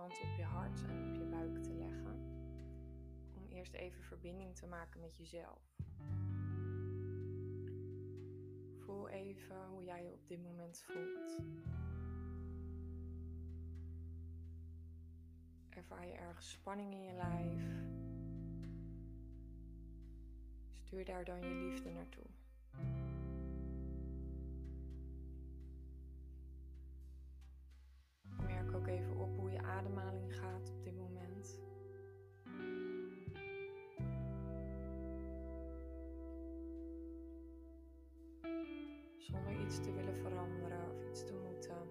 hand op je hart en op je buik te leggen. Om eerst even verbinding te maken met jezelf. Voel even hoe jij je op dit moment voelt. Ervaar je ergens spanning in je lijf? Stuur daar dan je liefde naartoe. Merk ook even op hoe je ademhaling gaat op dit moment. Zonder iets te willen veranderen of iets te moeten.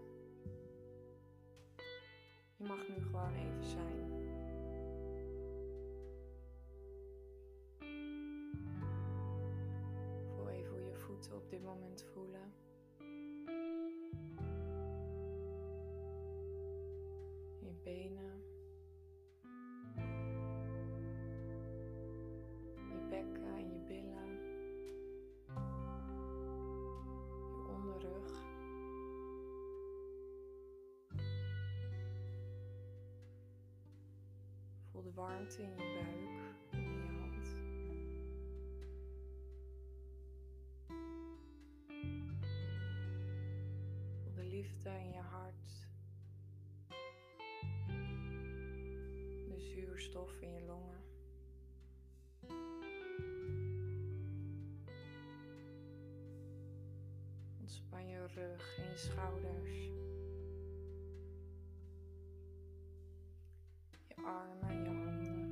Je mag nu gewoon even zijn. Voel even hoe je voeten op dit moment voelen. Je benen. Je bekken en je billen. Je onderrug. Voel de warmte in je buik en in je hand. Voel de liefde in je hart. De zuurstof in je longen. Ontspan je rug en je schouders. Je armen en je handen.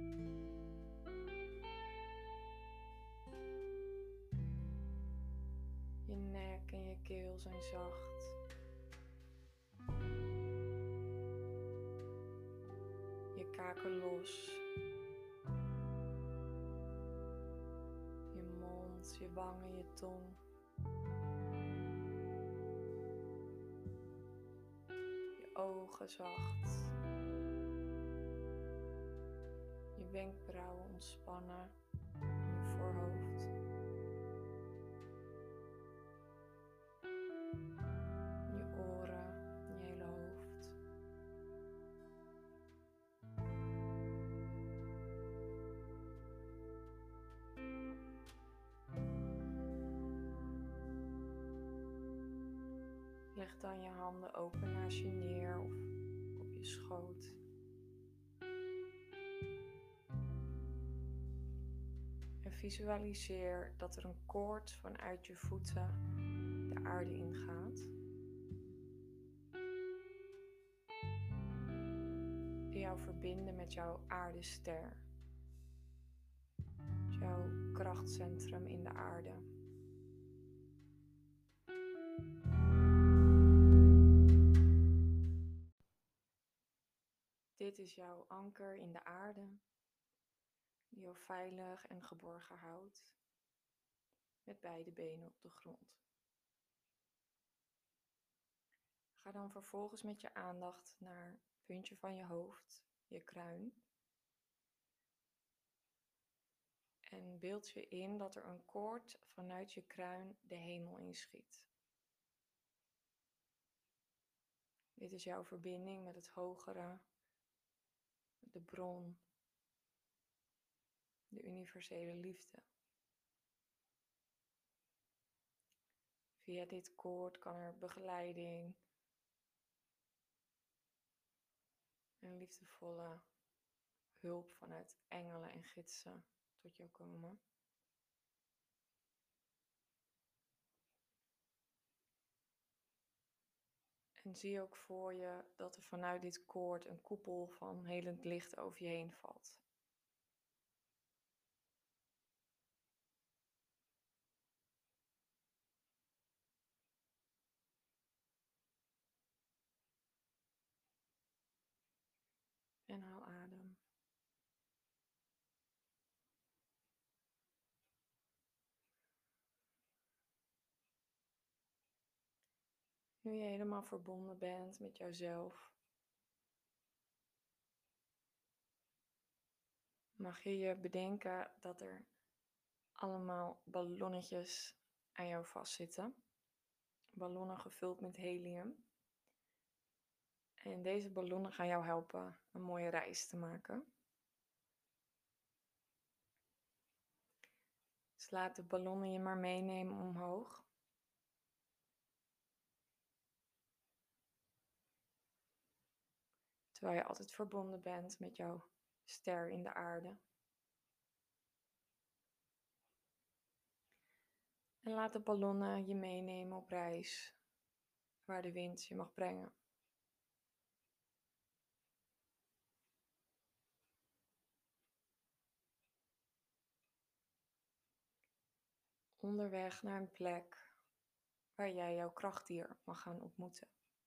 Je nek en je keel zijn zacht. Je kaken los. Je mond, je wangen, je tong. Je ogen zacht. Je wenkbrauwen ontspannen. Je voorhoofd. Je oren, je hele hoofd. Leg dan je handen open naast je neer of op je schoot. En visualiseer dat er een koord vanuit je voeten de aarde ingaat. Die jou verbinden met jouw aardester. Jouw krachtcentrum in de aarde. Dit is jouw anker in de aarde, die jou veilig en geborgen houdt, met beide benen op de grond. Ga dan vervolgens met je aandacht naar het puntje van je hoofd, je kruin. En beeld je in dat er een koord vanuit je kruin de hemel inschiet. Dit is jouw verbinding met het hogere, de bron, de universele liefde. Via dit koord kan er begeleiding en liefdevolle hulp vanuit engelen en gidsen tot jou komen. En zie ook voor je dat er vanuit dit koord een koepel van helend licht over je heen valt. En haal adem. Nu je helemaal verbonden bent met jouzelf, mag je je bedenken dat er allemaal ballonnetjes aan jou vastzitten. Ballonnen gevuld met helium. En deze ballonnen gaan jou helpen een mooie reis te maken. Dus laat de ballonnen je maar meenemen omhoog. Terwijl je altijd verbonden bent met jouw ster in de aarde. En laat de ballonnen je meenemen op reis, waar de wind je mag brengen. Onderweg naar een plek waar jij jouw krachtdier mag gaan ontmoeten.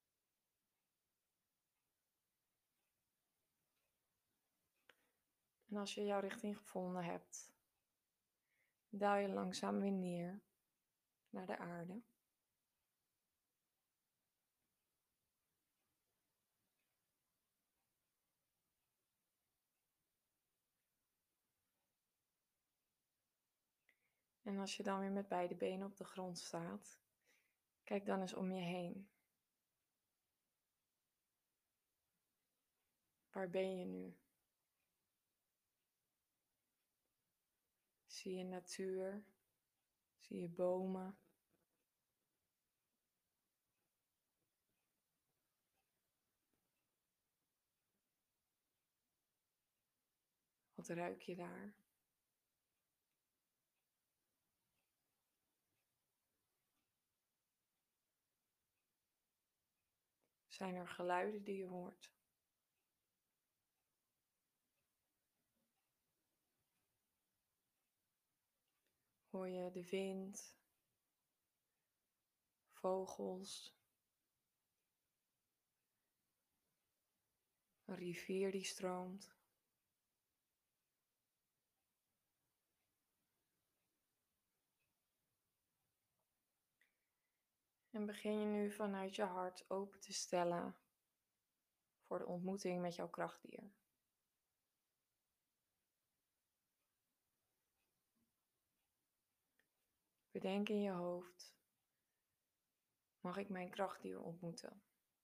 En als je jouw richting gevonden hebt, daal je langzaam weer neer naar de aarde. En als je dan weer met beide benen op de grond staat, kijk dan eens om je heen. Waar ben je nu? Zie je natuur? Zie je bomen? Wat ruik je daar? Zijn er geluiden die je hoort? Hoor je de wind, vogels, een rivier die stroomt? En begin je nu vanuit je hart open te stellen voor de ontmoeting met jouw krachtdier. Bedenk in je hoofd, mag ik mijn krachtdier ontmoeten?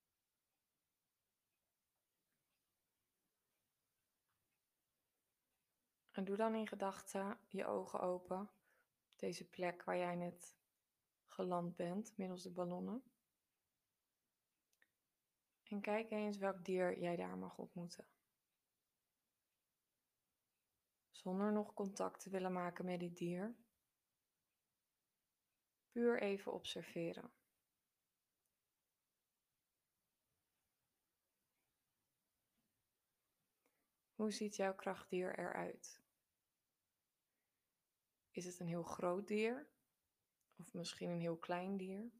En doe dan in gedachten je ogen open op deze plek waar jij net geland bent middels de ballonnen. En kijk eens welk dier jij daar mag ontmoeten. Zonder nog contact te willen maken met dit dier. Puur even observeren. Hoe ziet jouw krachtdier eruit? Is het een heel groot dier? Of misschien een heel klein dier?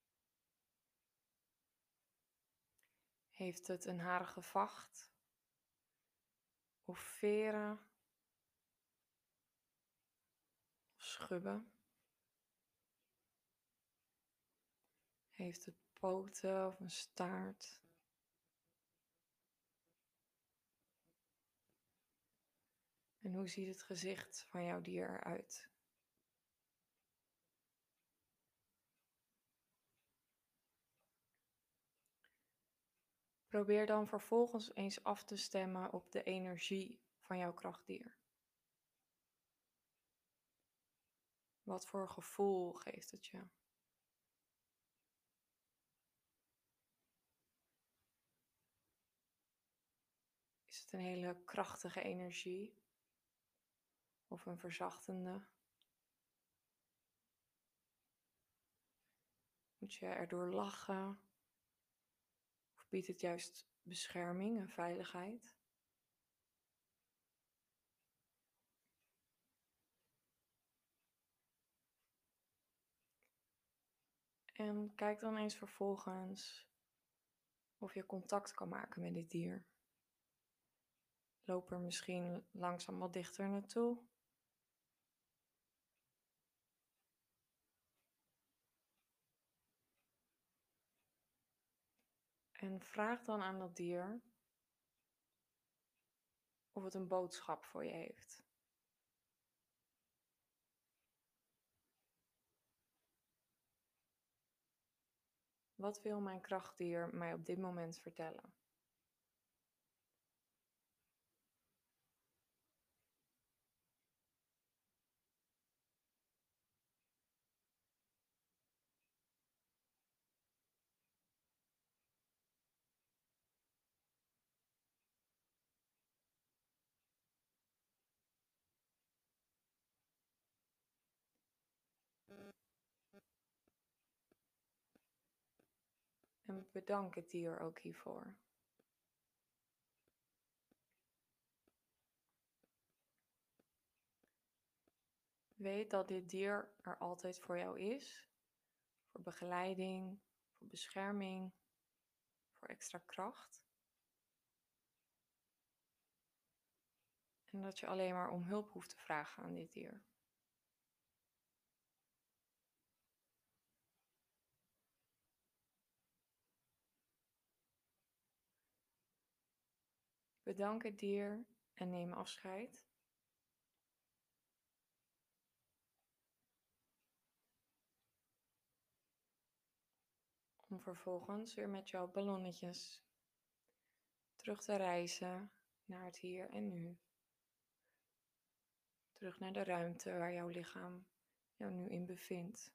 Heeft het een harige vacht? Of veren? Of schubben? Heeft het poten of een staart? En hoe ziet het gezicht van jouw dier eruit? Probeer dan vervolgens eens af te stemmen op de energie van jouw krachtdier. Wat voor gevoel geeft het je? Is het een hele krachtige energie? Of een verzachtende? Moet je erdoor lachen? Of biedt het juist bescherming en veiligheid? En kijk dan eens vervolgens of je contact kan maken met dit dier. Loop er misschien langzaam wat dichter naartoe. En vraag dan aan dat dier of het een boodschap voor je heeft. Wat wil mijn krachtdier mij op dit moment vertellen? En bedank het dier ook hiervoor. Weet dat dit dier er altijd voor jou is, voor begeleiding, voor bescherming, voor extra kracht. En dat je alleen maar om hulp hoeft te vragen aan dit dier. Bedank het dier en neem afscheid. Om vervolgens weer met jouw ballonnetjes terug te reizen naar het hier en nu. Terug naar de ruimte waar jouw lichaam jou nu in bevindt.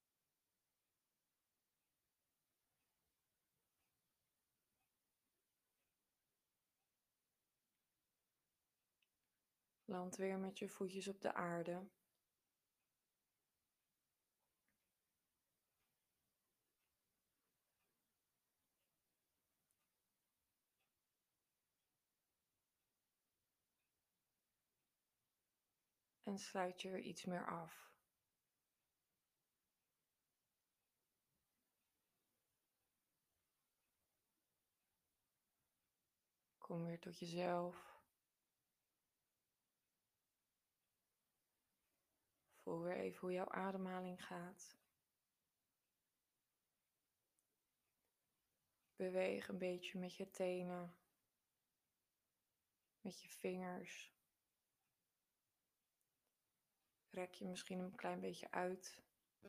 Land weer met je voetjes op de aarde. En sluit je weer iets meer af. Kom weer tot jezelf. Voel weer even hoe jouw ademhaling gaat. Beweeg een beetje met je tenen, met je vingers. Rek je misschien een klein beetje uit.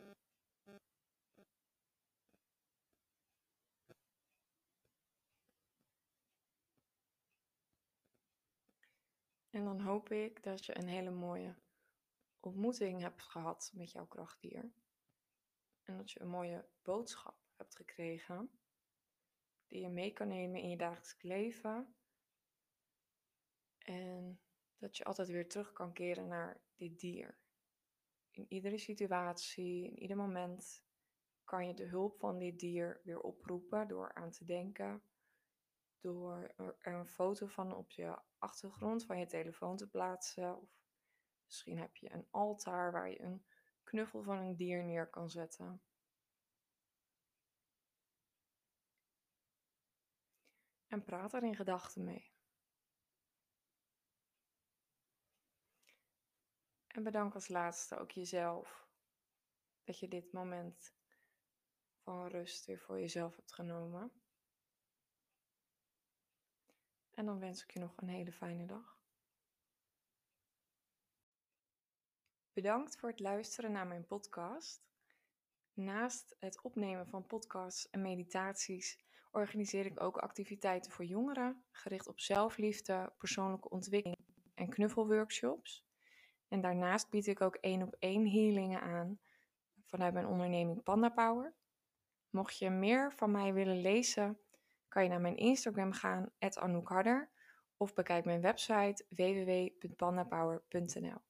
En dan hoop ik dat je een hele mooie ontmoeting hebt gehad met jouw krachtdier. En dat je een mooie boodschap hebt gekregen die je mee kan nemen in je dagelijks leven. En dat je altijd weer terug kan keren naar dit dier. In iedere situatie, in ieder moment kan je de hulp van dit dier weer oproepen door aan te denken. Door er een foto van op je achtergrond van je telefoon te plaatsen. Of misschien heb je een altaar waar je een knuffel van een dier neer kan zetten. En praat er in gedachten mee. En bedank als laatste ook jezelf dat je dit moment van rust weer voor jezelf hebt genomen. En dan wens ik je nog een hele fijne dag. Bedankt voor het luisteren naar mijn podcast. Naast het opnemen van podcasts en meditaties organiseer ik ook activiteiten voor jongeren, gericht op zelfliefde, persoonlijke ontwikkeling en knuffelworkshops. En daarnaast bied ik ook 1-op-1 healingen aan vanuit mijn onderneming Panda Power. Mocht je meer van mij willen lezen, kan je naar mijn Instagram gaan, @anoukharder, of bekijk mijn website www.pandapower.nl.